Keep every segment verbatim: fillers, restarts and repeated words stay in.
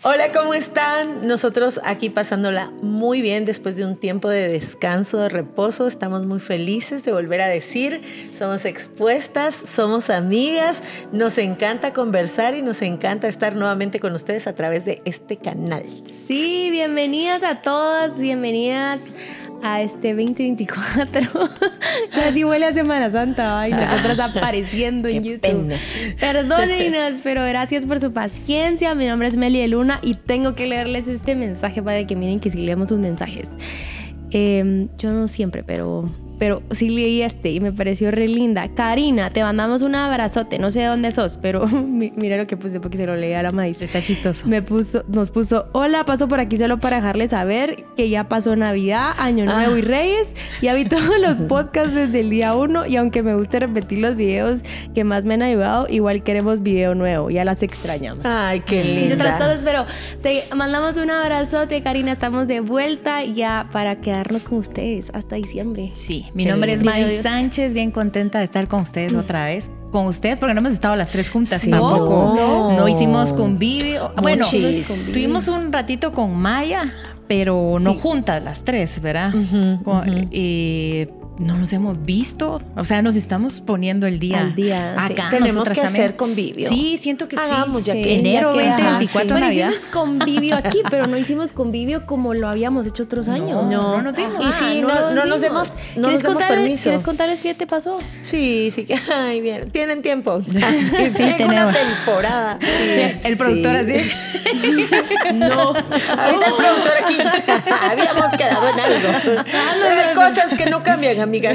Hola, ¿cómo están? Nosotros aquí pasándola muy bien después de un tiempo de descanso, de reposo. Estamos muy felices de volver a decir, somos expuestas, somos amigas, nos encanta conversar y nos encanta estar nuevamente con ustedes a través de este canal. Sí, bienvenidas a todas, bienvenidas a este veinte veinticuatro. Casi huele a Semana Santa, y nosotras apareciendo en YouTube. Pena. Perdónenos, pero gracias por su paciencia. Mi nombre es Meli de Luna y tengo que leerles este mensaje para que miren que sí leemos sus mensajes. Eh, yo no siempre, pero, pero sí leí este y me pareció re linda. Karina, te mandamos un abrazote. No sé de dónde sos, pero mira lo que puse porque se lo leí a la maíz. Está chistoso. Me puso, nos puso, hola, paso por aquí solo para dejarles saber que ya pasó Navidad, Año Nuevo ah. y Reyes. Ya vi todos los podcasts desde el día uno y aunque me gusta repetir los videos que más me han ayudado, igual queremos video nuevo. Ya las extrañamos. Ay, qué linda. Y otras cosas, pero te mandamos un abrazote, Karina. Estamos de vuelta ya para quedar con ustedes hasta diciembre. Sí, mi Qué nombre es Mari Sánchez, bien contenta de estar con ustedes mm. otra vez. Con ustedes, porque no hemos estado las tres juntas sí, tampoco. No, no hicimos convivio. Bueno, Muchis. tuvimos un ratito con Maya, pero no sí. juntas las tres, ¿verdad? Uh-huh, con, uh-huh. Eh, no nos hemos visto, o sea, nos estamos poniendo el día. Al día, acá. Sí. Tenemos que también. hacer convivio. Sí, siento que Hagamos, sí. ya sí. que enero ya que, veinte veinticuatro, sí. Navidad. Bueno, hicimos convivio aquí, pero no hicimos convivio como lo habíamos hecho otros años. No, no, no nos dimos. Y sí, no, no, no nos demos, no nos demos permiso. ¿Quieres contarles qué te pasó? Sí, sí, que, ay, bien, tienen tiempo. sí, sí tenemos. Una temporada. Sí, el productor sí. así. No, ahorita el productor aquí. Habíamos quedado en algo. Pero hay cosas que no cambian, amigas.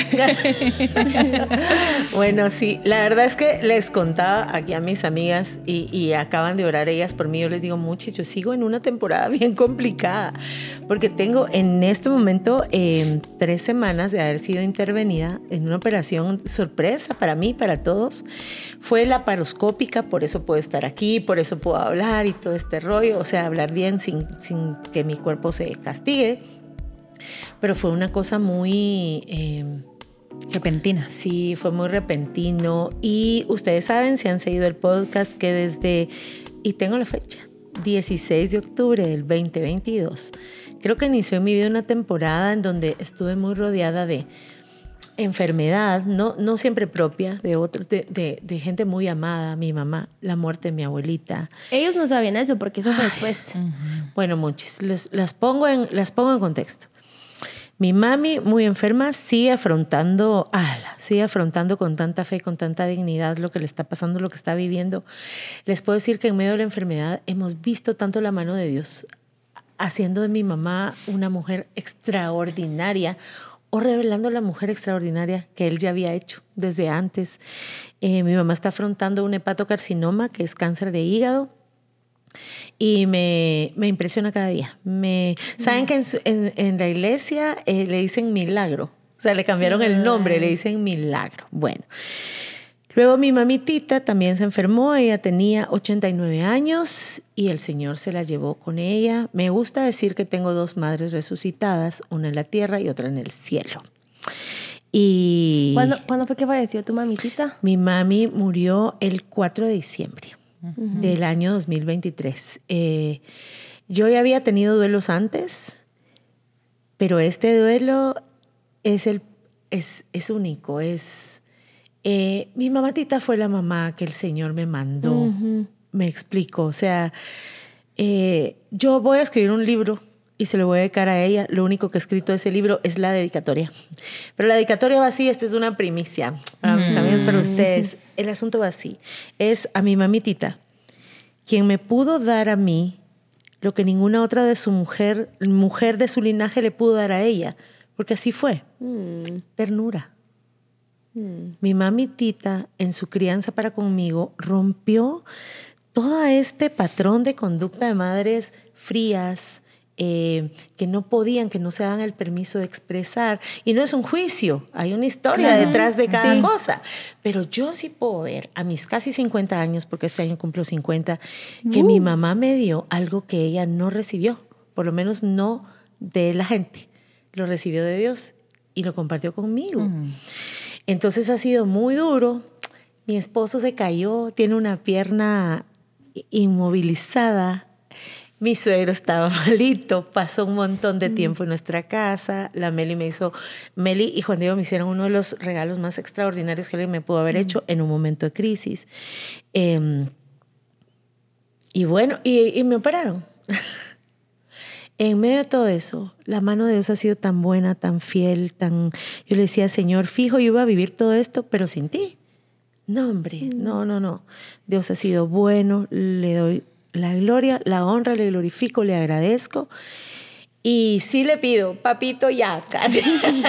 Bueno, sí, la verdad es que les contaba aquí a mis amigas y, y acaban de orar ellas por mí. Yo les digo, muchis, yo sigo en una temporada bien complicada porque tengo en este momento eh, tres semanas de haber sido intervenida en una operación sorpresa para mí, para todos. Fue laparoscópica, por eso puedo estar aquí, por eso puedo hablar y todo este rollo, o sea, hablar bien sin, sin que mi cuerpo se castigue. Pero fue una cosa muy... Eh, repentina. Sí, fue muy repentino. Y ustedes saben, si han seguido el podcast, que desde, y tengo la fecha, dieciséis de octubre del veinte veintidós, creo que inició en mi vida una temporada en donde estuve muy rodeada de enfermedad, no, no siempre propia, de otros, de, de, de gente muy amada, mi mamá, la muerte de mi abuelita. Ellos no sabían eso porque eso fue después. Uh-huh. Bueno, muchis, les, las, pongo en, las pongo en contexto. Mi mami, muy enferma, sigue afrontando, ala, sigue afrontando con tanta fe, con tanta dignidad lo que le está pasando, lo que está viviendo. Les puedo decir que en medio de la enfermedad hemos visto tanto la mano de Dios haciendo de mi mamá una mujer extraordinaria o revelando la mujer extraordinaria que él ya había hecho desde antes. Eh, mi mamá está afrontando un hepatocarcinoma, que es cáncer de hígado. Y me, me impresiona cada día. Me, ¿Saben que en, en, en la iglesia eh, le dicen milagro? O sea, le cambiaron el nombre, le dicen milagro. Bueno, luego mi mamitita también se enfermó. Ella tenía ochenta y nueve años y el Señor se la llevó con ella. Me gusta decir que tengo dos madres resucitadas, una en la tierra y otra en el cielo. Y ¿Cuándo, ¿Cuándo fue que falleció tu mamitita? Mi mami murió el cuatro de diciembre. Uh-huh. Del año dos mil veintitrés. Eh, yo ya había tenido duelos antes, pero este duelo es, el, es, es único. Es, eh, mi mamatita fue la mamá que el Señor me mandó. Uh-huh. Me explico. O sea, eh, yo voy a escribir un libro y se lo voy a dedicar a ella. Lo único que he escrito de ese libro es la dedicatoria. Pero la dedicatoria va así, esta es una primicia para mis amigos, para ustedes. El asunto va así. Es a mi mamitita, quien me pudo dar a mí lo que ninguna otra de su mujer, mujer de su linaje le pudo dar a ella. Porque así fue. Mm. Ternura. Mm. Mi mamitita, en su crianza para conmigo, rompió todo este patrón de conducta de madres frías, Eh, que no podían, que no se daban el permiso de expresar. Y no es un juicio, hay una historia uh-huh. detrás de cada sí. cosa. Pero yo sí puedo ver a mis casi cincuenta años, porque este año cumplo cincuenta, que uh. mi mamá me dio algo que ella no recibió, por lo menos no de la gente. Lo recibió de Dios y lo compartió conmigo. Uh-huh. Entonces ha sido muy duro. Mi esposo se cayó, tiene una pierna inmovilizada. Mi suegro estaba malito, pasó un montón de tiempo en nuestra casa. La Meli me hizo, Meli y Juan Diego me hicieron uno de los regalos más extraordinarios que alguien me pudo haber hecho en un momento de crisis. Eh, y bueno, y, y me operaron. En medio de todo eso, la mano de Dios ha sido tan buena, tan fiel, tan... Yo le decía, Señor, fijo, yo iba a vivir todo esto, pero sin ti. No, hombre, no, no, no. Dios ha sido bueno, le doy la gloria, la honra, le glorifico, le agradezco. Y sí le pido, papito, ya, casi,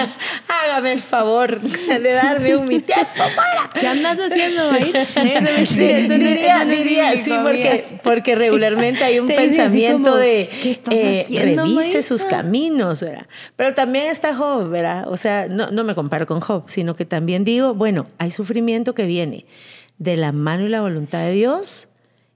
hágame el favor de darme un mi tiempo fuera. ¿Qué andas haciendo ahí? Sí, diría, diría, sí, porque, porque regularmente hay un pensamiento como, de, ¿qué estás eh, haciendo, revise maestra? Sus caminos, ¿verdad? Pero también está Job, ¿verdad? O sea, no, no me comparo con Job, sino que también digo, bueno, hay sufrimiento que viene de la mano y la voluntad de Dios,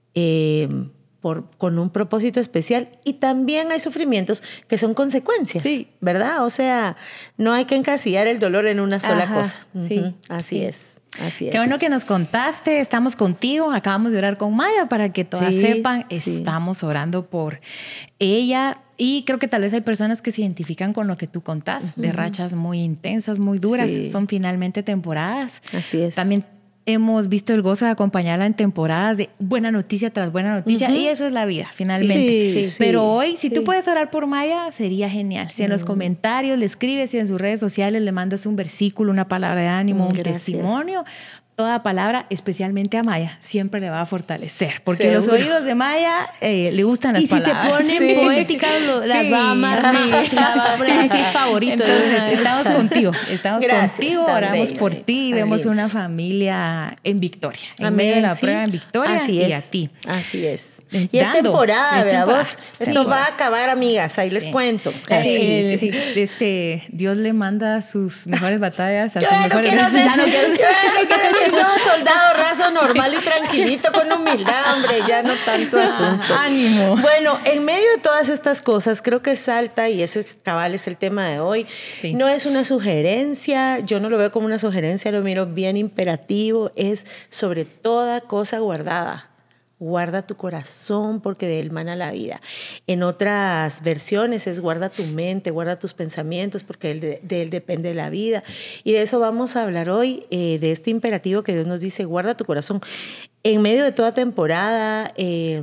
eh, Por, con un propósito especial, y también hay sufrimientos que son consecuencias, sí. ¿verdad? O sea, no hay que encasillar el dolor en una sola Ajá, cosa. Sí, uh-huh. Así sí. es, así es. Qué bueno que nos contaste, estamos contigo, acabamos de orar con Maya para que todas sí, sepan, sí. estamos orando por ella. Y creo que tal vez hay personas que se identifican con lo que tú contás, uh-huh. de rachas muy intensas, muy duras, sí. son finalmente temporadas. Así es. También hemos visto el gozo de acompañarla en temporadas de buena noticia tras buena noticia, uh-huh. y eso es la vida, finalmente. Sí, sí, Pero hoy, si sí. tú puedes orar por Maya, sería genial. Si uh-huh. en los comentarios le escribes, si en sus redes sociales le mandas un versículo, una palabra de ánimo, uh-huh. un Gracias. Testimonio, toda palabra, especialmente a Maya, siempre le va a fortalecer. Porque Seguro. Los oídos de Maya eh, le gustan las y palabras. Y si se ponen sí. poéticas, lo, las sí. va a amar más. Sí. La va a poner así favorito. Entonces, estamos contigo. Estamos Gracias, contigo, oramos por ti. Tan vemos bien. Una familia en victoria. En Amén, medio de la sí. prueba en victoria. Así y es. a ti. Así es. Y Dando, es temporada, es temporada. Vos, sí. Esto va a acabar, amigas. Ahí sí. les cuento. Sí. Sí. Este, Dios le manda sus mejores batallas a yo sus no mejores quiero ser, ya no quiero ser. Yo no quiero ser. No, soldado raso normal y tranquilito con humildad, hombre, ya no tanto asunto. Ánimo. Bueno, en medio de todas estas cosas, creo que salta, y ese cabal es el tema de hoy, sí. no es una sugerencia, yo no lo veo como una sugerencia, lo miro bien imperativo, es sobre toda cosa guardada. Guarda tu corazón porque de él mana la vida. En otras versiones es guarda tu mente, guarda tus pensamientos porque de, de él depende la vida. Y de eso vamos a hablar hoy, eh, de este imperativo que Dios nos dice, guarda tu corazón. En medio de toda temporada, eh,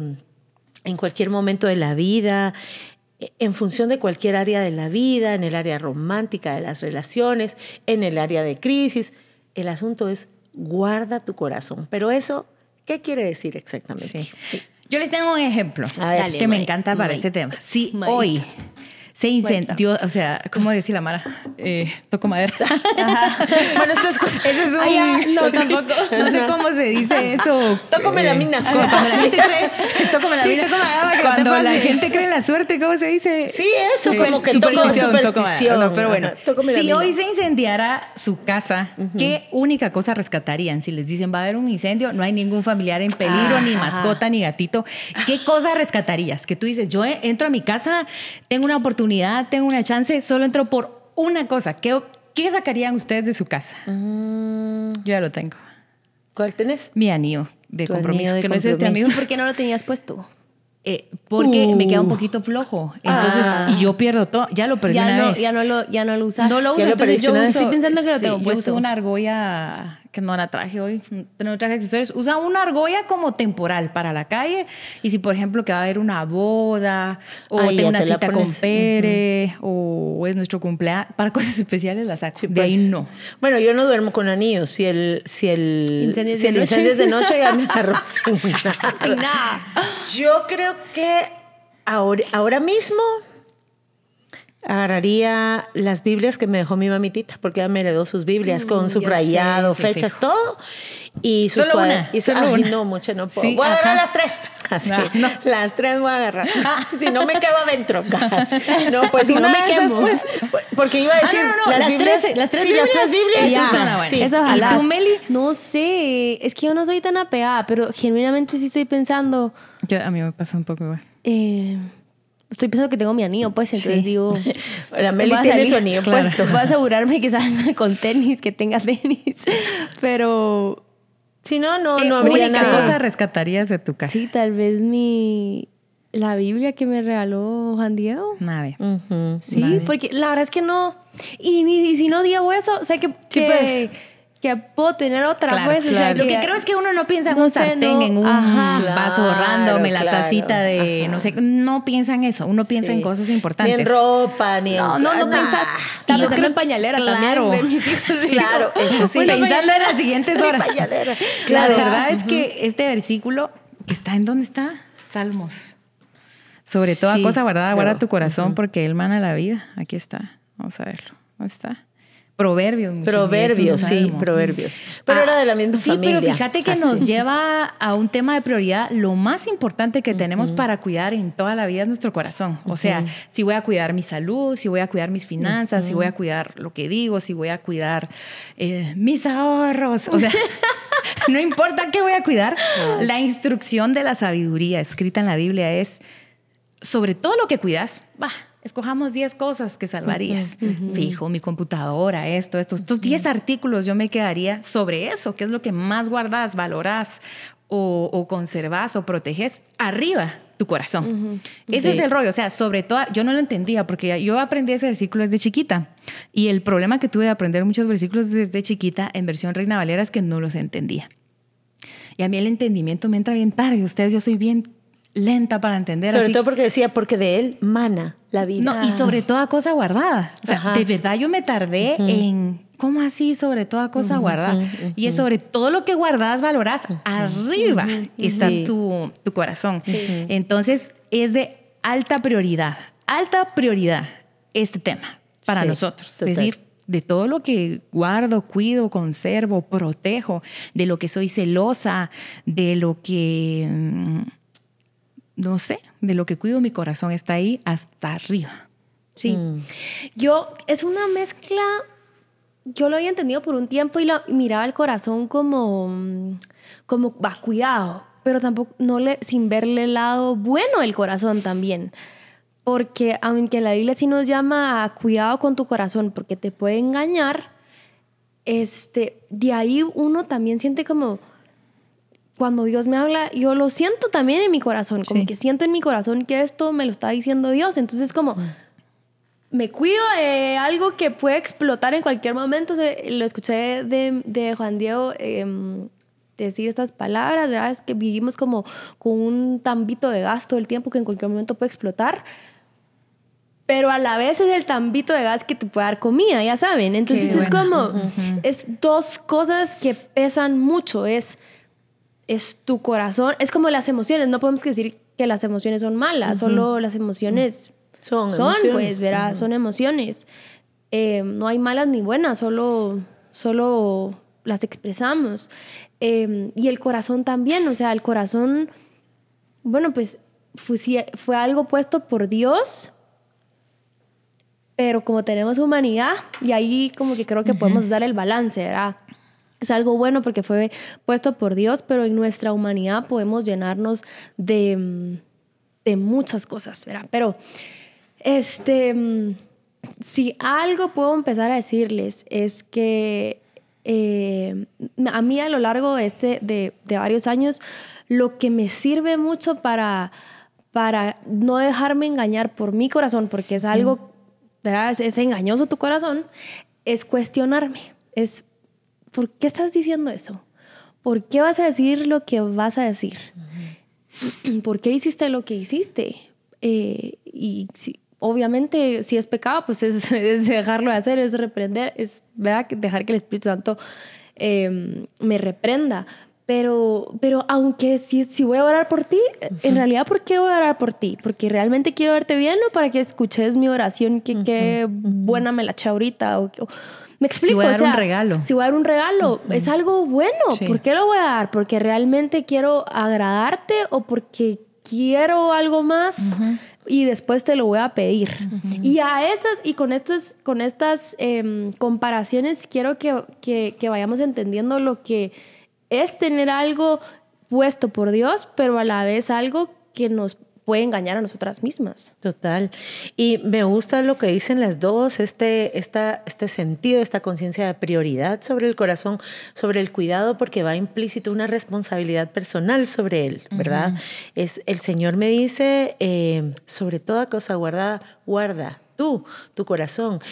en cualquier momento de la vida, en función de cualquier área de la vida, en el área romántica de las relaciones, en el área de crisis, el asunto es guarda tu corazón. Pero eso... ¿Qué quiere decir exactamente? Sí, sí. Yo les tengo un ejemplo a ver, que May, me encanta para May. Este tema. Si May. Hoy se incendió, o sea, ¿cómo decir la Mara? Eh, toco madera. Ajá. Bueno, esto es, eso es un... Ay, ya, no, tampoco. No sé cómo se dice eso. Tócame eh, la mina. Cuando la gente cree... Tócame la mina. Sí, tócame cuando la gente cree en la suerte, ¿cómo se dice? Sí, eso, eh, como que superstición. superstición. No, pero bueno, Ajá, si hoy se incendiara su casa, uh-huh. ¿qué única cosa rescatarían? Si les dicen, va a haber un incendio, no hay ningún familiar en peligro, ah, ni mascota, ni gatito. ¿Qué cosa rescatarías? Que tú dices, yo entro a mi casa, tengo una oportunidad, tengo una chance, solo entro por una cosa. ¿Qué, qué sacarían ustedes de su casa? Mm. Yo ya lo tengo. ¿Cuál tenés? Mi anillo de compromiso. Anillo de que compromiso. No es este amigo. ¿Por qué no lo tenías puesto? Eh, porque uh. me queda un poquito flojo. Entonces, ah. y yo pierdo todo. Ya lo perdí ya una no, vez. Ya no lo, ya no lo usas. No lo uso. Lo entonces yo uso, estoy pensando que lo sí, tengo yo puesto. uso una argolla que no la traje hoy. No traje accesorios. Usa una argolla como temporal para la calle. Y si, por ejemplo, que va a haber una boda o Ay, tengo una cita con Pere uh-huh. o es nuestro cumpleaños, para cosas especiales la saco. Sí, de pues. Ahí no. Bueno, yo no duermo con anillos. Si el, si el incendio si de, el incendio es de noche, ya me agarro sin nada. Sin nada. Yo creo que Ahora, ahora mismo agarraría las Biblias que me dejó mi mamitita, porque ella me heredó sus Biblias mm, con subrayado, sé, fechas, sí, todo. Y sus solo una. Y su, solo ay, una. No, mucho no puedo. Sí, voy a agarrar las tres. Así, no, no. Las tres voy a agarrar. Si no me quedo adentro. No, pues si una no me quemo. Pues, porque iba a decir, ah, no, no, las, las, Biblias, tres, las tres sí, Biblias. Las tres Biblias. Ya, Susana, bueno. Sí. Eso ojalá. ¿Y tú, Meli? No sé. Es que yo no soy tan apegada, pero genuinamente sí estoy pensando. Yo, a mí me pasa un poco igual. Eh... Estoy pensando que tengo mi anillo, pues, entonces sí. digo... La Meli tiene salir, su anillo claro. puesto. Voy a asegurarme que salga con tenis, que tenga tenis. Pero... Si no, no, no habría única nada. cosa rescatarías de tu casa? Sí, tal vez mi... La Biblia que me regaló Juan Diego. Nave. Uh-huh. Sí, Nave. Porque la verdad es que no... Y, ni, y si no digo eso, sé que... Sí, que pues. Que puedo tener otra, claro, pues. Claro. O sea, Lo que, que creo es que uno no piensa en no un sé, sartén, no, en un ajá, vaso claro, random, en la claro, tacita de, ajá. no sé, no piensa en eso. Uno piensa sí. en cosas importantes. Ni en ropa, ni en... No, no, no nah. piensas... Y yo creo en pañalera claro, también de mis hijos. Claro, eso sí. Bueno, pensando en las siguientes horas. Claro, la verdad uh-huh. es que este versículo, que está en dónde está, Salmos. Sobre toda sí, cosa guardada, guarda tu corazón, uh-huh. porque Él mana la vida. Aquí está. Vamos a verlo. ¿Dónde está? Proverbios. Proverbios, sí, proverbios. Pero ah, era de la misma sí, familia. Sí, pero fíjate que Así. nos lleva a un tema de prioridad. Lo más importante que uh-huh. tenemos para cuidar en toda la vida es nuestro corazón. O uh-huh. sea, si voy a cuidar mi salud, si voy a cuidar mis finanzas, uh-huh. si voy a cuidar lo que digo, si voy a cuidar eh, mis ahorros. O sea, no importa qué voy a cuidar. Uh-huh. La instrucción de la sabiduría escrita en la Biblia es, sobre todo lo que cuidas, va. Escojamos diez cosas que salvarías. Uh-huh. Fijo, mi computadora, esto, esto. Estos diez uh-huh. artículos yo me quedaría sobre eso. ¿Qué es lo que más guardas, valorás o, o conservás o proteges? Arriba, tu corazón. Uh-huh. Ese sí. es el rollo. O sea, sobre todo, yo no lo entendía porque yo aprendí ese versículo desde chiquita. Y el problema que tuve de aprender muchos versículos desde chiquita en versión Reina Valera es que no los entendía. Y a mí el entendimiento me entra bien tarde. Ustedes, yo soy bien lenta para entender. Sobre así. todo porque decía, porque de él mana la vida. No, y sobre toda cosa guardada. O sea, Ajá. de verdad yo me tardé uh-huh. en, ¿cómo así? Sobre toda cosa uh-huh. guardada. Uh-huh. Y es sobre todo lo que guardás, valorás. Uh-huh. Arriba uh-huh. está sí. tu, tu corazón. Sí. Entonces, es de alta prioridad. Alta prioridad este tema para sí, nosotros. Total. Es decir, de todo lo que guardo, cuido, conservo, protejo, de lo que soy celosa, de lo que... no sé, de lo que cuido mi corazón está ahí hasta arriba. Sí. Mm. Yo, es una mezcla, yo lo había entendido por un tiempo y lo, miraba el corazón como, como, va, cuidado, pero tampoco, no le, sin verle el lado bueno del corazón también. Porque aunque la Biblia sí nos llama a cuidado con tu corazón, porque te puede engañar, este, de ahí uno también siente como... Cuando Dios me habla, yo lo siento también en mi corazón. Como sí. que siento en mi corazón que esto me lo está diciendo Dios. Entonces, como mm. me cuido de algo que puede explotar en cualquier momento. O sea, lo escuché de, de Juan Diego eh, decir estas palabras, ¿verdad? Es que vivimos como con un tambito de gas todo el tiempo que en cualquier momento puede explotar. Pero a la vez es el tambito de gas que te puede dar comida, ya saben. Entonces, Qué es bueno. como... Uh-huh. Es dos cosas que pesan mucho. Es... es tu corazón, es como las emociones, no podemos decir que las emociones son malas, uh-huh. solo las emociones son, son emociones. pues, ¿verdad? Uh-huh. Son emociones. Eh, no hay malas ni buenas, solo, solo las expresamos. Eh, y el corazón también, o sea, el corazón, bueno, pues fue, fue algo puesto por Dios, pero como tenemos humanidad, y ahí como que creo que uh-huh. podemos dar el balance, ¿verdad? Es algo bueno porque fue puesto por Dios, pero en nuestra humanidad podemos llenarnos de, de muchas cosas, ¿verdad? Pero, este, si algo puedo empezar a decirles es que eh, a mí a lo largo de, este, de, de varios años, lo que me sirve mucho para, para no dejarme engañar por mi corazón, porque es algo, ¿verdad? Es, es engañoso tu corazón, es cuestionarme, es ¿por qué estás diciendo eso? ¿Por qué vas a decir lo que vas a decir? Uh-huh. ¿Por qué hiciste lo que hiciste? Eh, y si, obviamente, si es pecado, pues es, es dejarlo de hacer, es reprender, es ¿verdad? Dejar que el Espíritu Santo eh, me reprenda. Pero, pero aunque si, si voy a orar por ti, uh-huh. en realidad, ¿por qué voy a orar por ti? ¿Porque realmente quiero verte bien o para que escuches mi oración? Que uh-huh. qué buena me la eché ahorita. O, o, ¿Me explico? Si voy a dar o sea, un regalo. Si voy a dar un regalo, uh-huh. es algo bueno. Sí. ¿Por qué lo voy a dar? ¿Porque realmente quiero agradarte o porque quiero algo más uh-huh. y después te lo voy a pedir? Uh-huh. Y a esas, y con estas, con estas eh, comparaciones, quiero que, que, que vayamos entendiendo lo que es tener algo puesto por Dios, pero a la vez algo que nos puede engañar a nosotras mismas. Total. Y me gusta lo que dicen las dos, este, esta, este sentido, esta conciencia de prioridad sobre el corazón, sobre el cuidado, porque va implícito una responsabilidad personal sobre él, ¿verdad? Uh-huh. Es, el Señor me dice, eh, sobre toda cosa guardada, guarda tú, tu corazón.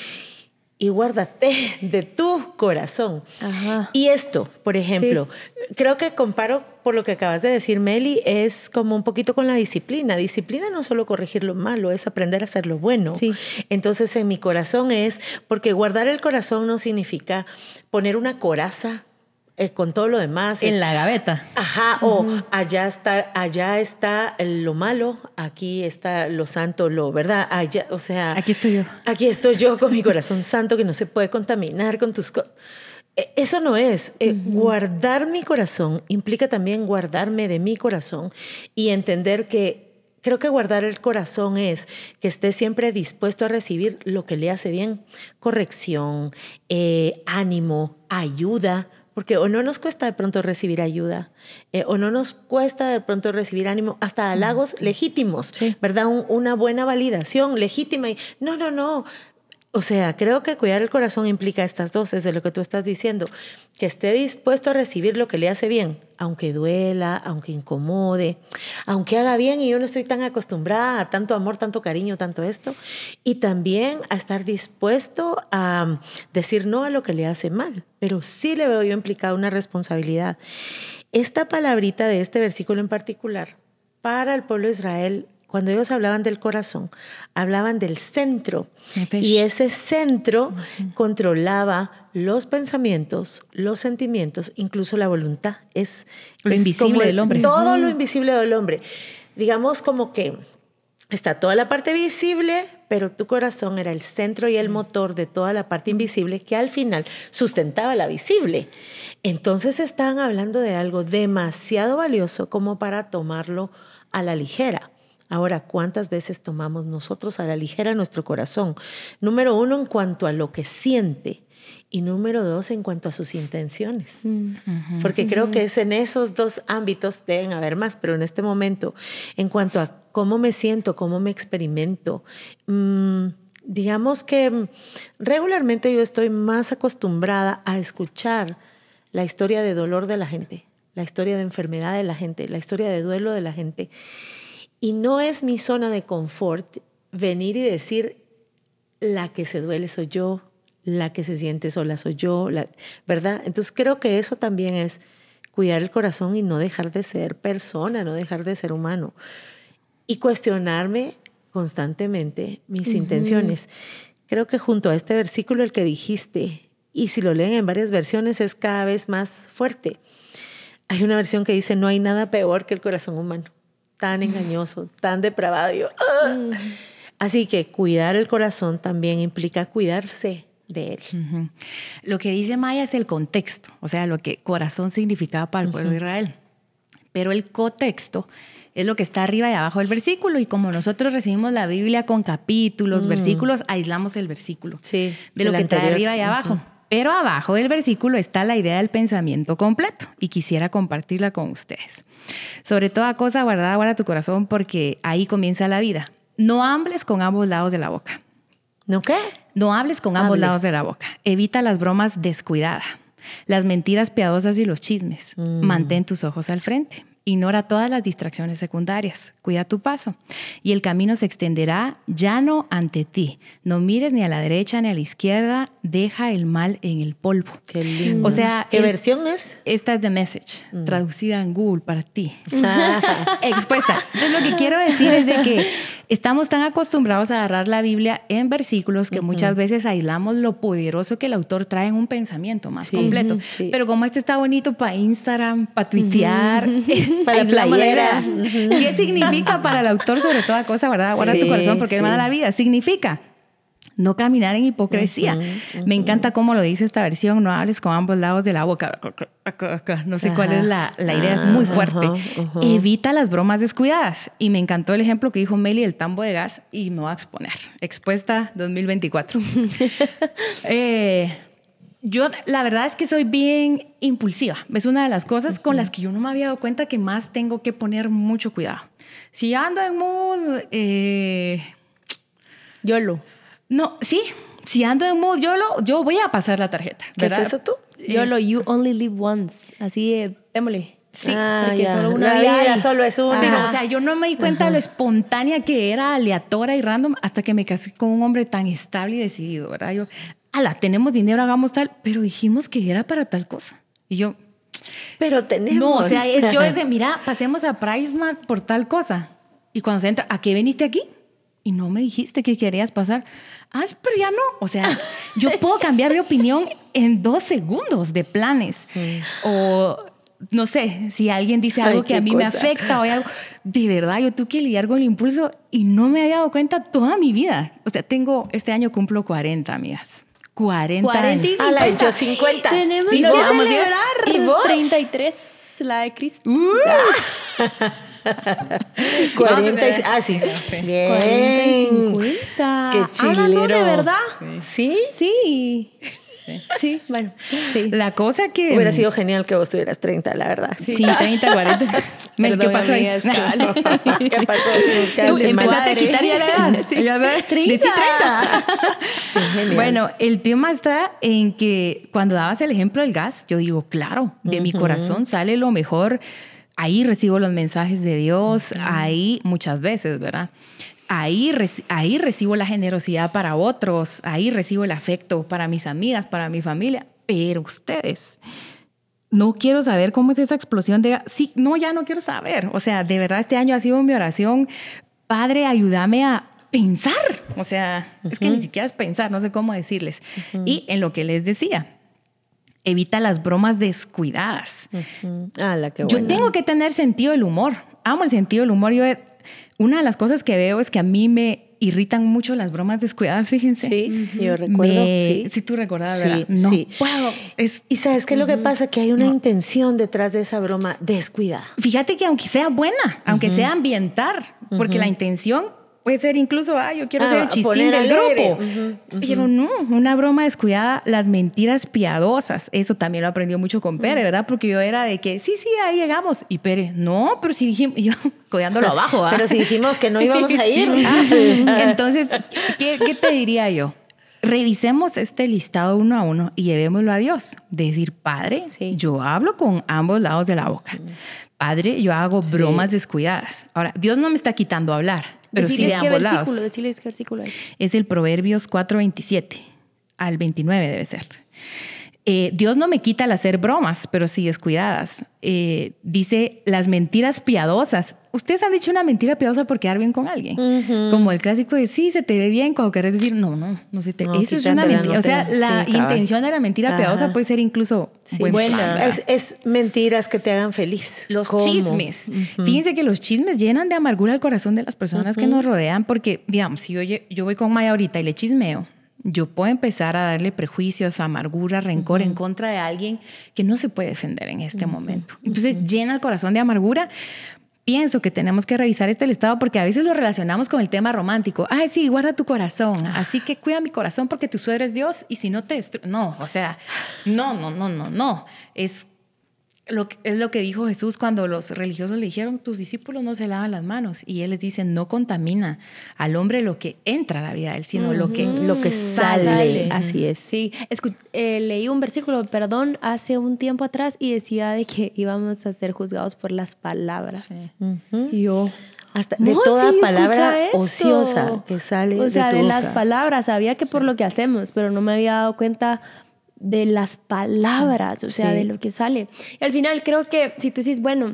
Y guárdate de tu corazón. Ajá. Y esto, por ejemplo, sí. creo que comparo por lo que acabas de decir, Meli, es como un poquito con la disciplina. Disciplina no es solo corregir lo malo, es aprender a hacer lo bueno. Sí. Entonces, en mi corazón es, porque guardar el corazón no significa poner una coraza Eh, con todo lo demás. En es, la gaveta. Ajá, uh-huh. o allá está, allá está lo malo, aquí está lo santo, lo, ¿verdad? Allá, o sea... Aquí estoy yo. Aquí estoy yo con mi corazón santo que no se puede contaminar con tus cosas. Eso no es. Eh, uh-huh. Guardar mi corazón implica también guardarme de mi corazón y entender que creo que guardar el corazón es que esté siempre dispuesto a recibir lo que le hace bien, corrección, eh, ánimo, ayuda, porque o no nos cuesta de pronto recibir ayuda, eh, o no nos cuesta de pronto recibir ánimo, hasta halagos mm. legítimos, sí. ¿verdad? Un, una buena validación legítima. Y, no, no, no. O sea, creo que cuidar el corazón implica estas dos, es de lo que tú estás diciendo, que esté dispuesto a recibir lo que le hace bien, aunque duela, aunque incomode, aunque haga bien y yo no estoy tan acostumbrada a tanto amor, tanto cariño, tanto esto, y también a estar dispuesto a decir no a lo que le hace mal, pero sí le veo yo implicada una responsabilidad. Esta palabrita de este versículo en particular, para el pueblo de Israel, cuando ellos hablaban del corazón, hablaban del centro. Y ese centro uh-huh. controlaba los pensamientos, los sentimientos, incluso la voluntad. Es lo es invisible del hombre. Todo uh-huh. lo invisible del hombre. Digamos como que está toda la parte visible, pero tu corazón era el centro y el motor de toda la parte invisible que al final sustentaba la visible. Entonces estaban hablando de algo demasiado valioso como para tomarlo a la ligera. Ahora, ¿cuántas veces tomamos nosotros a la ligera nuestro corazón? Número uno, en cuanto a lo que siente. Y número dos, en cuanto a sus intenciones. Uh-huh. Porque uh-huh. creo que es en esos dos ámbitos, deben haber más, pero en este momento, en cuanto a cómo me siento, cómo me experimento, mmm, digamos que regularmente yo estoy más acostumbrada a escuchar la historia de dolor de la gente, la historia de enfermedad de la gente, la historia de duelo de la gente. Y no es mi zona de confort venir y decir, la que se duele soy yo, la que se siente sola soy yo, la, ¿verdad? Entonces creo que eso también es cuidar el corazón y no dejar de ser persona, no dejar de ser humano. Y cuestionarme constantemente mis uh-huh. intenciones. Creo que junto a este versículo, el que dijiste, y si lo leen en varias versiones, es cada vez más fuerte. Hay una versión que dice, no hay nada peor que el corazón humano. Tan engañoso, tan depravado. Yo, ¡ah! Mm. Así que cuidar el corazón también implica cuidarse de él. Uh-huh. Lo que dice Maya es el contexto, o sea, lo que corazón significaba para el pueblo uh-huh. de Israel. Pero el contexto es lo que está arriba y abajo del versículo, y como nosotros recibimos la Biblia con capítulos, uh-huh. versículos, aislamos el versículo sí, de lo que anterior. trae arriba y abajo. Uh-huh. Pero abajo del versículo está la idea del pensamiento completo y quisiera compartirla con ustedes. Sobre toda cosa guardada, guarda tu corazón porque ahí comienza la vida. No hables con ambos lados de la boca. ¿No qué? No hables con ambos hables. lados de la boca. Evita las bromas descuidada, las mentiras piadosas y los chismes. Mm. Mantén tus ojos al frente. Ignora todas las distracciones secundarias. Cuida tu paso. Y el camino se extenderá llano ante ti. No mires ni a la derecha ni a la izquierda. Deja el mal en el polvo. Qué lindo. O sea, ¿qué el, versión es? Esta es The Message, mm. traducida en Google para ti. Expuesta. Entonces, lo que quiero decir es de que estamos tan acostumbrados a agarrar la Biblia en versículos que uh-huh. muchas veces aislamos lo poderoso que el autor trae en un pensamiento más sí, completo. Uh-huh, sí. Pero como este está bonito para Instagram, para tuitear, uh-huh. para la playera. Uh-huh. ¿Qué significa para el autor sobre toda cosa, verdad? Guarda sí, tu corazón porque sí. él manda la vida. Significa no caminar en hipocresía. Uh-huh, uh-huh. Me encanta cómo lo dice esta versión, no hables con ambos lados de la boca. No sé uh-huh. cuál es la, la idea, es muy fuerte. Uh-huh, uh-huh. Evita las bromas descuidadas. Y me encantó el ejemplo que dijo Meli del tambo de gas y me voy a exponer. Expuesta dos mil veinticuatro. eh, Yo, la verdad es que soy bien impulsiva. Es una de las cosas uh-huh. con las que yo no me había dado cuenta que más tengo que poner mucho cuidado. Si ando en mood... Eh, YOLO. No, sí. Si ando en mood YOLO, yo voy a pasar la tarjeta. ¿Verdad? ¿Qué es eso tú? YOLO, you only live once. Así, eh, démosle. Sí, ah, porque ya. Solo una la vida, vida solo es una. Pero, o sea, yo no me di cuenta Ajá. de lo espontánea que era, aleatoria y random, hasta que me casé con un hombre tan estable y decidido, ¿verdad? Yo, ala, tenemos dinero, hagamos tal, pero dijimos que era para tal cosa. Y yo... Pero tenemos... No, o sea, es, yo desde, mira, pasemos a PriceMart por tal cosa. Y cuando se entra, ¿a qué viniste aquí? Y no me dijiste que querías pasar. Ah, pero ya no. O sea, yo puedo cambiar de opinión en dos segundos de planes. Mm. O... No sé, si alguien dice algo Ay, que a mí cosa. me afecta o hay algo, de verdad, yo tuve que lidiar con el impulso y no me había dado cuenta toda mi vida. O sea, tengo, este año cumplo cuarenta, amigas. cuarenta, cuarenta años. Ah, la hecho cincuenta. Tenemos sí, que celebrar. ¿Y vos? treinta y tres, la de Cristo. Uh. cuarenta y cinco. Ah, sí. Bien. cuarenta y cincuenta. Qué chilero. Ah, no, de verdad. ¿Sí? Sí. Sí, sí bueno. Sí. La cosa que... Hubiera sido genial que vos tuvieras treinta, la verdad. Sí, sí treinta, cuarenta. Perdón, ¿qué pasó ahí? ¿Qué pasó? Tú empezaste a quitar ya la edad. Sí. ¿Ya sabes? treinta. Sí, treinta. Bueno, el tema está en que cuando dabas el ejemplo del gas, yo digo, claro, de uh-huh. mi corazón sale lo mejor. Ahí recibo los mensajes de Dios, uh-huh. ahí muchas veces, ¿verdad? Ahí, ahí recibo la generosidad para otros, ahí recibo el afecto para mis amigas, para mi familia. Pero ustedes, no quiero saber cómo es esa explosión de... Sí, no, ya no quiero saber. O sea, de verdad este año ha sido mi oración. Padre, ayúdame a pensar. O sea, uh-huh. es que ni siquiera es pensar, no sé cómo decirles. Uh-huh. Y en lo que les decía, evita las bromas descuidadas. Uh-huh. Ah, la que Yo tengo que tener sentido del humor. Amo el sentido del humor. Yo he, Una de las cosas que veo es que a mí me irritan mucho las bromas descuidadas, fíjense. Sí, uh-huh. yo recuerdo. Me, sí. sí, tú recordabas, sí, ¿verdad? No sí. puedo. Es, y ¿sabes qué es uh-huh. lo que pasa? Que hay una no. intención detrás de esa broma descuidada. Fíjate que aunque sea buena, aunque uh-huh. sea ambientar, porque uh-huh. la intención puede ser incluso, ah, yo quiero ah, ser el chistín del alegre. grupo. Uh-huh. Uh-huh. Pero no, una broma descuidada, las mentiras piadosas. Eso también lo aprendió mucho con Pere, uh-huh. ¿verdad? Porque yo era de que, sí, sí, ahí llegamos. Y Pere, no, pero si dijimos, yo codeándolo abajo. ¿ah? Pero si dijimos que no íbamos a ir. Entonces, ¿qué, ¿qué te diría yo? Revisemos este listado uno a uno y llevémoslo a Dios. Decir, Padre, sí. yo hablo con ambos lados de la boca. Padre, yo hago sí. bromas descuidadas. Ahora, Dios no me está quitando hablar. Pero sí de ambos lados. Decirles qué versículo es. Es el Proverbios cuatro veintisiete al veintinueve debe ser. Eh, Dios no me quita el hacer bromas, pero sí descuidadas. Eh, dice las mentiras piadosas. Ustedes han dicho una mentira piadosa por quedar bien con alguien. Uh-huh. Como el clásico de sí, se te ve bien cuando querés decir no, no, no se te ve. No, eso es una mentira. No o sea, la sí, intención de la mentira Ajá. piadosa puede ser incluso sí, buen buena. Plan, es, es mentiras que te hagan feliz. Los ¿Cómo? chismes. Uh-huh. Fíjense que los chismes llenan de amargura el corazón de las personas uh-huh. que nos rodean porque, digamos, si yo, yo voy con Maya ahorita y le chismeo, yo puedo empezar a darle prejuicios, amargura, rencor uh-huh. en contra de alguien que no se puede defender en este uh-huh. momento. Entonces, uh-huh. llena el corazón de amargura. Pienso que tenemos que revisar este listado porque a veces lo relacionamos con el tema romántico. Ay, sí, guarda tu corazón. Así que cuida mi corazón porque tu suegro es Dios y si no te destruye. No, o sea, no, no, no, no, no. Es lo, es lo que dijo Jesús cuando los religiosos le dijeron, tus discípulos no se lavan las manos. Y él les dice, no contamina al hombre lo que entra a la vida de él, sino uh-huh. lo que, lo que sale. sale. Así es. Sí, Escu- eh, leí un versículo, perdón, hace un tiempo atrás y decía de que íbamos a ser juzgados por las palabras. Sí. Uh-huh. Y yo... Hasta de no, toda sí, palabra ociosa que sale o sea, de tu de boca. las palabras. Sabía que sí. por lo que hacemos, pero no me había dado cuenta de las palabras, sí. o sea, sí. de lo que sale. Y al final creo que si tú dices, bueno,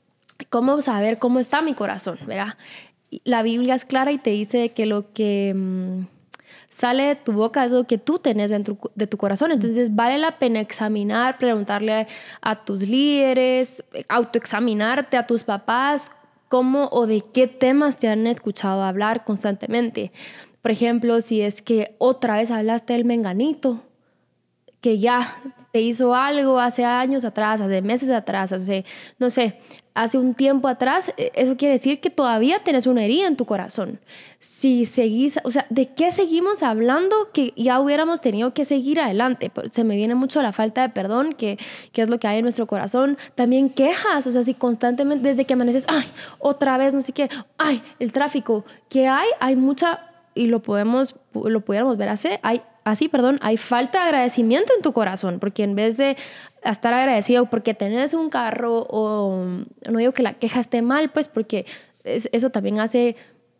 ¿cómo saber cómo está mi corazón? ¿Verdad? La Biblia es clara y te dice que lo que mmm, sale de tu boca es lo que tú tenés dentro de tu corazón. Entonces vale la pena examinar, preguntarle a, a tus líderes, autoexaminarte a tus papás, cómo o de qué temas te han escuchado hablar constantemente. Por ejemplo, si es que otra vez hablaste del menganito, que ya te hizo algo hace años atrás, hace meses atrás, hace, no sé, hace un tiempo atrás, eso quiere decir que todavía tienes una herida en tu corazón. Si seguís, o sea, ¿de qué seguimos hablando que ya hubiéramos tenido que seguir adelante? Se me viene mucho la falta de perdón, que, que es lo que hay en nuestro corazón. También quejas, o sea, si constantemente, desde que amaneces, ay, otra vez, no sé qué, ay, el tráfico, ¿qué hay? Hay mucha, y lo podemos, lo pudiéramos ver así, hay Así, perdón, hay falta de agradecimiento en tu corazón, porque en vez de estar agradecido porque tenés un carro, o no digo que la queja esté mal, pues porque es, eso también hace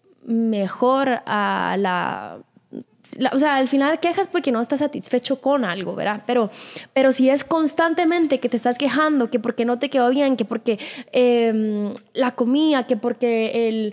mejor a la, la... O sea, al final quejas porque no estás satisfecho con algo, ¿verdad? Pero, pero si es constantemente que te estás quejando, que porque no te quedó bien, que porque eh, la comida, que porque el...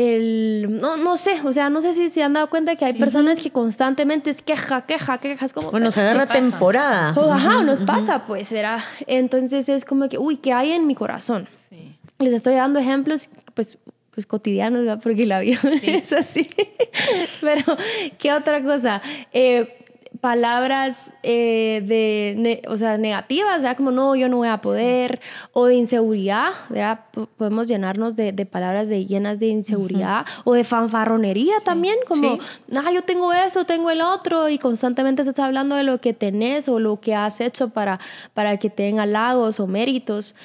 el no, no sé, o sea, no sé si se han dado cuenta que sí. hay personas que constantemente es queja, queja, quejas como... Bueno, se agarra temporada. O, ajá, nos uh-huh. pasa, pues, ¿verdad? Entonces es como que, uy, ¿qué hay en mi corazón? Sí. Les estoy dando ejemplos, pues... pues cotidianos, ¿verdad? Porque la vida sí. es así. Pero, ¿qué otra cosa? Eh, palabras eh, de, ne- o sea, negativas, ¿verdad? Como, no, yo no voy a poder. Sí. O de inseguridad, ¿verdad? P- podemos llenarnos de, de palabras de, llenas de inseguridad. Uh-huh. O de fanfarronería sí. también, como, sí. ah, yo tengo esto, tengo el otro. Y constantemente estás hablando de lo que tenés o lo que has hecho para, para que te den halagos o méritos.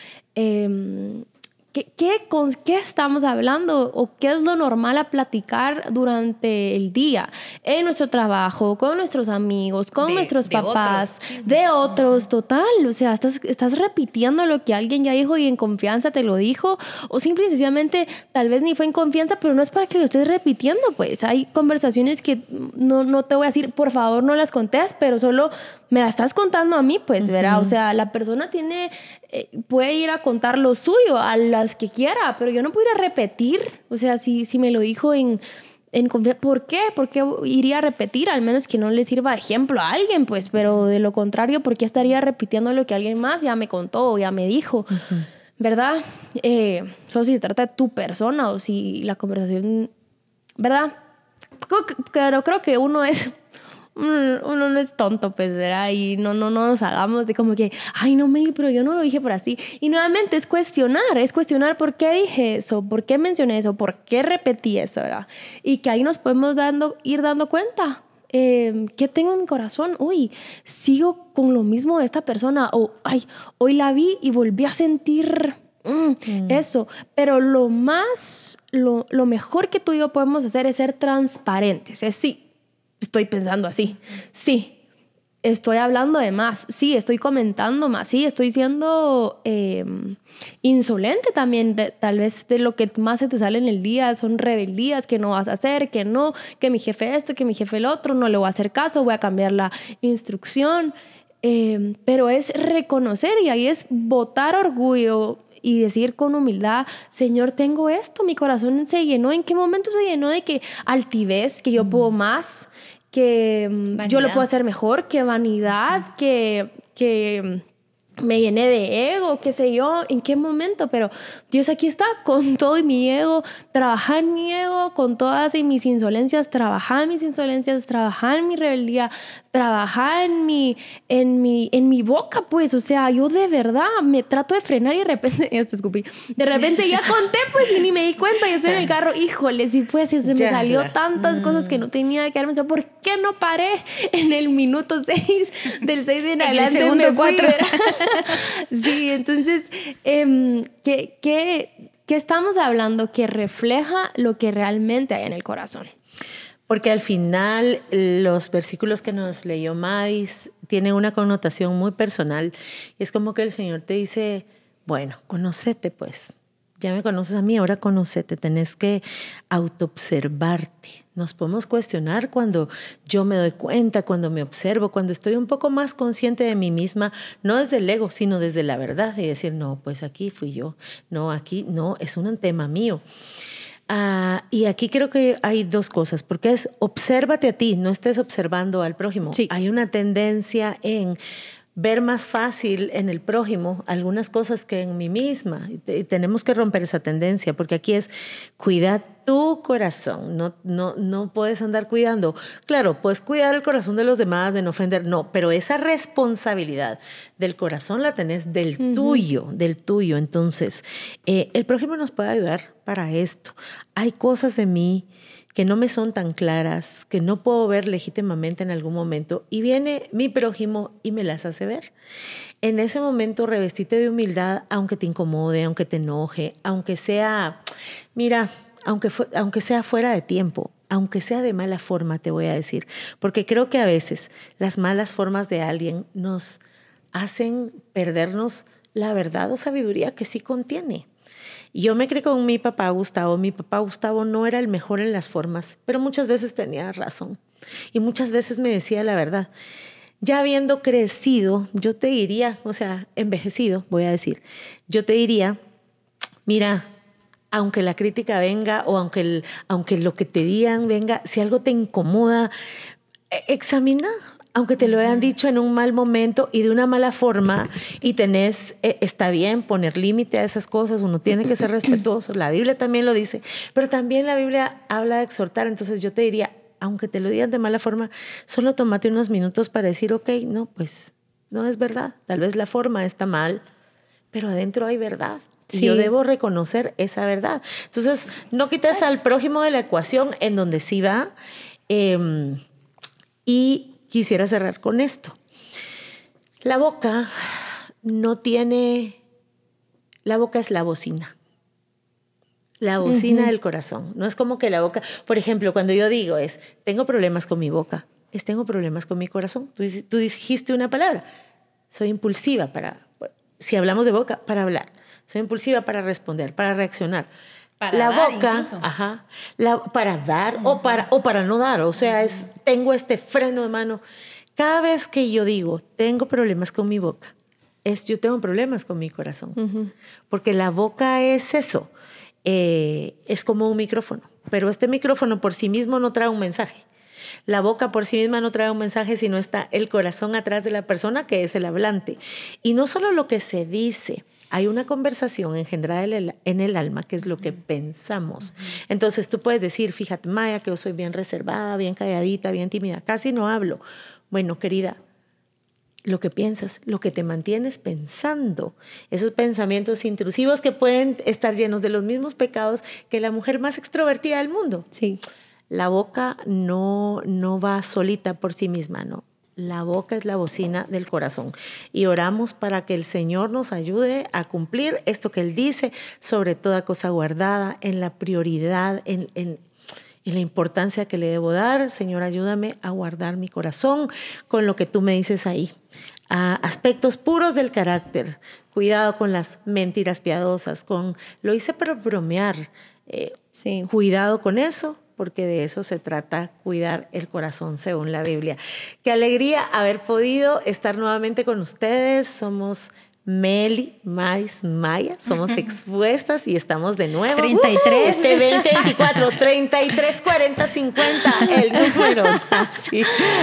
Eh, ¿Qué, qué, ¿Con qué estamos hablando o qué es lo normal a platicar durante el día? En nuestro trabajo, con nuestros amigos, con de, nuestros de papás, otros. de otros, uh-huh. total. O sea, estás, estás repitiendo lo que alguien ya dijo y en confianza te lo dijo, o simple y sencillamente tal vez ni fue en confianza, pero no es para que lo estés repitiendo, pues. Hay conversaciones que no, no te voy a decir, por favor, no las contés, pero solo... me la estás contando a mí, pues, ¿verdad? Uh-huh. O sea, la persona tiene, eh, puede ir a contar lo suyo a las que quiera, pero yo no puedo ir a repetir. O sea, si, si me lo dijo en, en confianza, ¿por qué? ¿Por qué iría a repetir? Al menos que no le sirva de ejemplo a alguien, pues, pero de lo contrario, ¿por qué estaría repitiendo lo que alguien más ya me contó o ya me dijo? Uh-huh. ¿Verdad? Eh, solo si se trata de tu persona o si la conversación, ¿verdad? Pero creo que uno es... uno no es tonto, pues, ¿verdad? Y no, no, no nos hagamos de como que, ay, no, Meli, pero yo no lo dije por así. Y nuevamente es cuestionar, es cuestionar por qué dije eso, por qué mencioné eso, por qué repetí eso, ¿verdad? Y que ahí nos podemos dando, ir dando cuenta. Eh, ¿Qué tengo en mi corazón? Uy, sigo con lo mismo de esta persona. O, ay, hoy la vi y volví a sentir... Mm, mm. Eso, pero lo más, lo, lo mejor que tú y yo podemos hacer es ser transparentes. Es sí. Estoy pensando así. Sí, estoy hablando de más. Sí, estoy comentando más. Sí, estoy siendo eh, insolente también. De, tal vez de lo que más se te sale en el día son rebeldías que no vas a hacer, que no, que mi jefe esto, que mi jefe el otro, no le voy a hacer caso, voy a cambiar la instrucción. Eh, pero es reconocer y ahí es botar orgullo y decir con humildad, Señor, tengo esto, mi corazón se llenó. ¿En qué momento se llenó de que altivez, que yo puedo más, que vanidad. Yo lo puedo hacer mejor, que vanidad, que, que me llené de ego, qué sé yo, en qué momento? Pero Dios aquí está con todo mi ego, trabajar en mi ego, con todas mis insolencias, trabajar en mis insolencias, trabajar en mi rebeldía, trabajar en mi, en mi, en mi boca, pues, o sea, yo de verdad me trato de frenar y de repente, yo te escupí, de repente ya conté, pues, y ni me di cuenta, yo estoy en el carro, híjole, si pues, se me ya, salió ya. tantas mm. cosas que no tenía que quedarme, ¿por qué no paré en el minuto seis, del seis en adelante? En el segundo cuatro. Sí, entonces, eh, ¿qué, qué, ¿qué estamos hablando que refleja lo que realmente hay en el corazón? Porque al final los versículos que nos leyó Madis tienen una connotación muy personal. Y es como que el Señor te dice, bueno, conócete pues. Ya me conoces a mí, ahora conócete. Tenés que autoobservarte. Nos podemos cuestionar cuando yo me doy cuenta, cuando me observo, cuando estoy un poco más consciente de mí misma, no desde el ego, sino desde la verdad. Y decir, no, pues aquí fui yo. No, aquí no, es un tema mío. Uh, y aquí creo que hay dos cosas, porque es obsérvate a ti, no estés observando al prójimo. Sí. Hay una tendencia en ver más fácil en el prójimo algunas cosas que en mí misma. Y tenemos que romper esa tendencia, porque aquí es cuida tu corazón. No, no, no puedes andar cuidando. Claro, puedes cuidar el corazón de los demás, de no ofender, no, pero esa responsabilidad del corazón la tenés del uh-huh. tuyo, del tuyo. Entonces, eh, el prójimo nos puede ayudar para esto. Hay cosas de mí que no me son tan claras, que no puedo ver legítimamente en algún momento, y viene mi prójimo y me las hace ver. En ese momento revestite de humildad, aunque te incomode, aunque te enoje, aunque sea, mira, aunque, fu- aunque sea fuera de tiempo, aunque sea de mala forma, te voy a decir, porque creo que a veces las malas formas de alguien nos hacen perdernos la verdad o sabiduría que sí contiene. Yo me crié con mi papá Gustavo. Mi papá Gustavo no era el mejor en las formas, pero muchas veces tenía razón. Y muchas veces me decía la verdad. Ya habiendo crecido, yo te diría, o sea, envejecido, voy a decir, yo te diría, mira, aunque la crítica venga o aunque, el, aunque lo que te digan venga, si algo te incomoda, examina. Aunque te lo hayan dicho en un mal momento y de una mala forma, y tenés, eh, está bien poner límite a esas cosas, uno tiene que ser respetuoso, la Biblia también lo dice, pero también la Biblia habla de exhortar. Entonces yo te diría, aunque te lo digan de mala forma, solo tómate unos minutos para decir, ok, no, pues no es verdad, tal vez la forma está mal, pero adentro hay verdad. Sí. Y yo debo reconocer esa verdad. Entonces, no quites al prójimo de la ecuación, en donde sí va, eh, y quisiera cerrar con esto. La boca no tiene... La boca es la bocina. La bocina uh-huh. del corazón. No es como que la boca... Por ejemplo, cuando yo digo es, tengo problemas con mi boca, es tengo problemas con mi corazón. Tú, tú dijiste una palabra. Soy impulsiva para... Si hablamos de boca, para hablar. Soy impulsiva para responder, para reaccionar. Para la dar boca, ajá, la, para dar uh-huh. o, para, o para no dar. O sea, uh-huh. es, tengo este freno de mano. Cada vez que yo digo, tengo problemas con mi boca, es yo tengo problemas con mi corazón. Uh-huh. Porque la boca es eso. Eh, es como un micrófono. Pero este micrófono por sí mismo no trae un mensaje. La boca por sí misma no trae un mensaje, sino está el corazón atrás de la persona, que es el hablante. Y no solo lo que se dice, hay una conversación engendrada en el alma, que es lo que pensamos. Entonces tú puedes decir, fíjate, Maya, que yo soy bien reservada, bien calladita, bien tímida, casi no hablo. Bueno, querida, lo que piensas, lo que te mantienes pensando, esos pensamientos intrusivos que pueden estar llenos de los mismos pecados que la mujer más extrovertida del mundo. Sí. La boca no, no va solita por sí misma, ¿no? La boca es la bocina del corazón. Y oramos para que el Señor nos ayude a cumplir esto que Él dice, sobre toda cosa guardada, en la prioridad, en, en, en la importancia que le debo dar. Señor, ayúdame a guardar mi corazón con lo que tú me dices ahí. A aspectos puros del carácter. Cuidado con las mentiras piadosas, con lo hice para bromear. Eh, sí. Cuidado con eso, porque de eso se trata, cuidar el corazón según la Biblia. Qué alegría haber podido estar nuevamente con ustedes. Somos Meli, Mais, Maya, somos expuestas y estamos de nuevo. treinta y tres. Este veinte veinticuatro, treinta y tres, cuarenta, cincuenta, el número. Sí.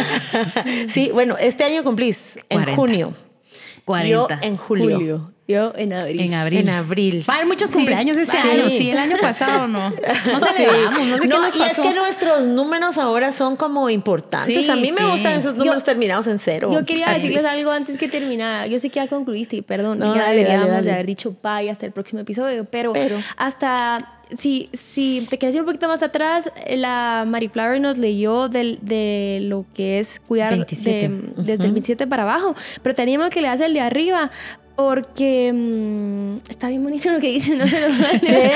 Sí, bueno, este año cumplís en cuarenta. Junio. cuarenta. Yo en julio. julio. Yo en abril. En abril. En abril. Va a haber muchos cumpleaños sí. este sí. año. Sí, el año pasado no. No celebramos, no sé no, qué nos y pasó. es que nuestros números ahora son como importantes. Sí, a mí me sí. gustan esos números yo, terminados en cero. Yo quería Así. decirles algo antes que terminara. Yo sé que ya concluiste, perdón. No, ya dale, deberíamos dale, dale. de haber dicho bye hasta el próximo episodio. Pero, pero. hasta... Si, si te quieres ir un poquito más atrás, la Mari Flower nos leyó del, de lo que es cuidar veintisiete. De, uh-huh. desde el veintisiete para abajo. Pero teníamos que leer el de arriba. Porque mmm, está bien bonito lo que dice, no se lo van a leer.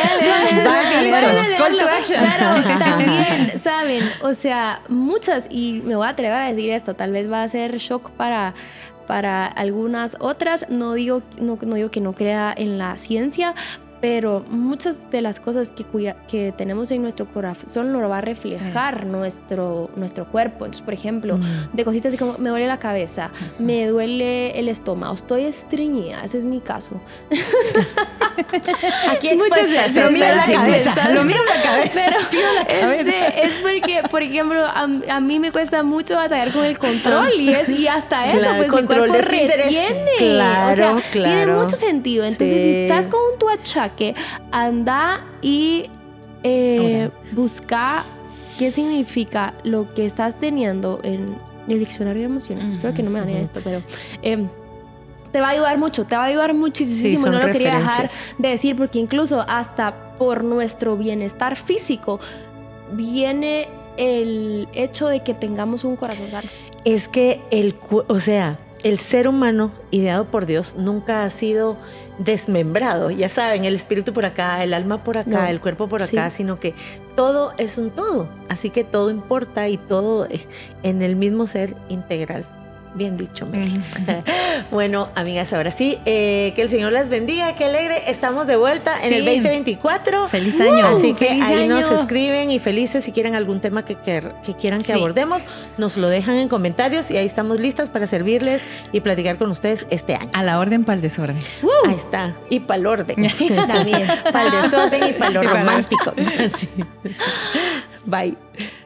Call to action. Claro, también, ¿saben? O sea, muchas, y me voy a atrever a decir esto, tal vez va a ser shock para, para algunas otras. No digo, no, no digo que no crea en la ciencia, pero muchas de las cosas que, cuida, que tenemos en nuestro corazón lo va a reflejar sí. nuestro, nuestro cuerpo. Entonces, por ejemplo, mm. de cositas así como me duele la cabeza, uh-huh. me duele el estómago, estoy estreñida, ese es mi caso. Aquí expuestas. Lo mío es la cabeza. Lo mío es la cabeza. Pero este, es porque, por ejemplo, a, a mí me cuesta mucho batallar con el control y, es, y hasta eso, claro, pues mi cuerpo retiene. Claro, o sea, claro. tiene mucho sentido. Entonces, sí. si estás con tu achaque, anda y eh, busca qué significa lo que estás teniendo en el diccionario de emociones. Uh-huh, Espero que no me van a ir esto, pero... Eh, te va a ayudar mucho, te va a ayudar muchísimo. Sí, no lo quería dejar de decir porque incluso hasta por nuestro bienestar físico viene el hecho de que tengamos un corazón sano. Es que el, o sea, el ser humano ideado por Dios nunca ha sido desmembrado, ya saben, el espíritu por acá, el alma por acá, no, el cuerpo por acá, sí. sino que todo es un todo, así que todo importa y todo en el mismo ser integral. Bien dicho, Meli. Mm. Bueno, amigas, ahora sí, eh, que el Señor las bendiga, qué alegre. Estamos de vuelta en sí. el veinte veinticuatro. Feliz año. Uh, Así que feliz ahí año. nos escriben y felices si quieren algún tema que, que, que quieran que sí. abordemos, nos lo dejan en comentarios y ahí estamos listas para servirles y platicar con ustedes este año. A la orden para el desorden. Uh. Ahí está. Y para el orden. También. Para el desorden y para lo romántico. Sí. Bye.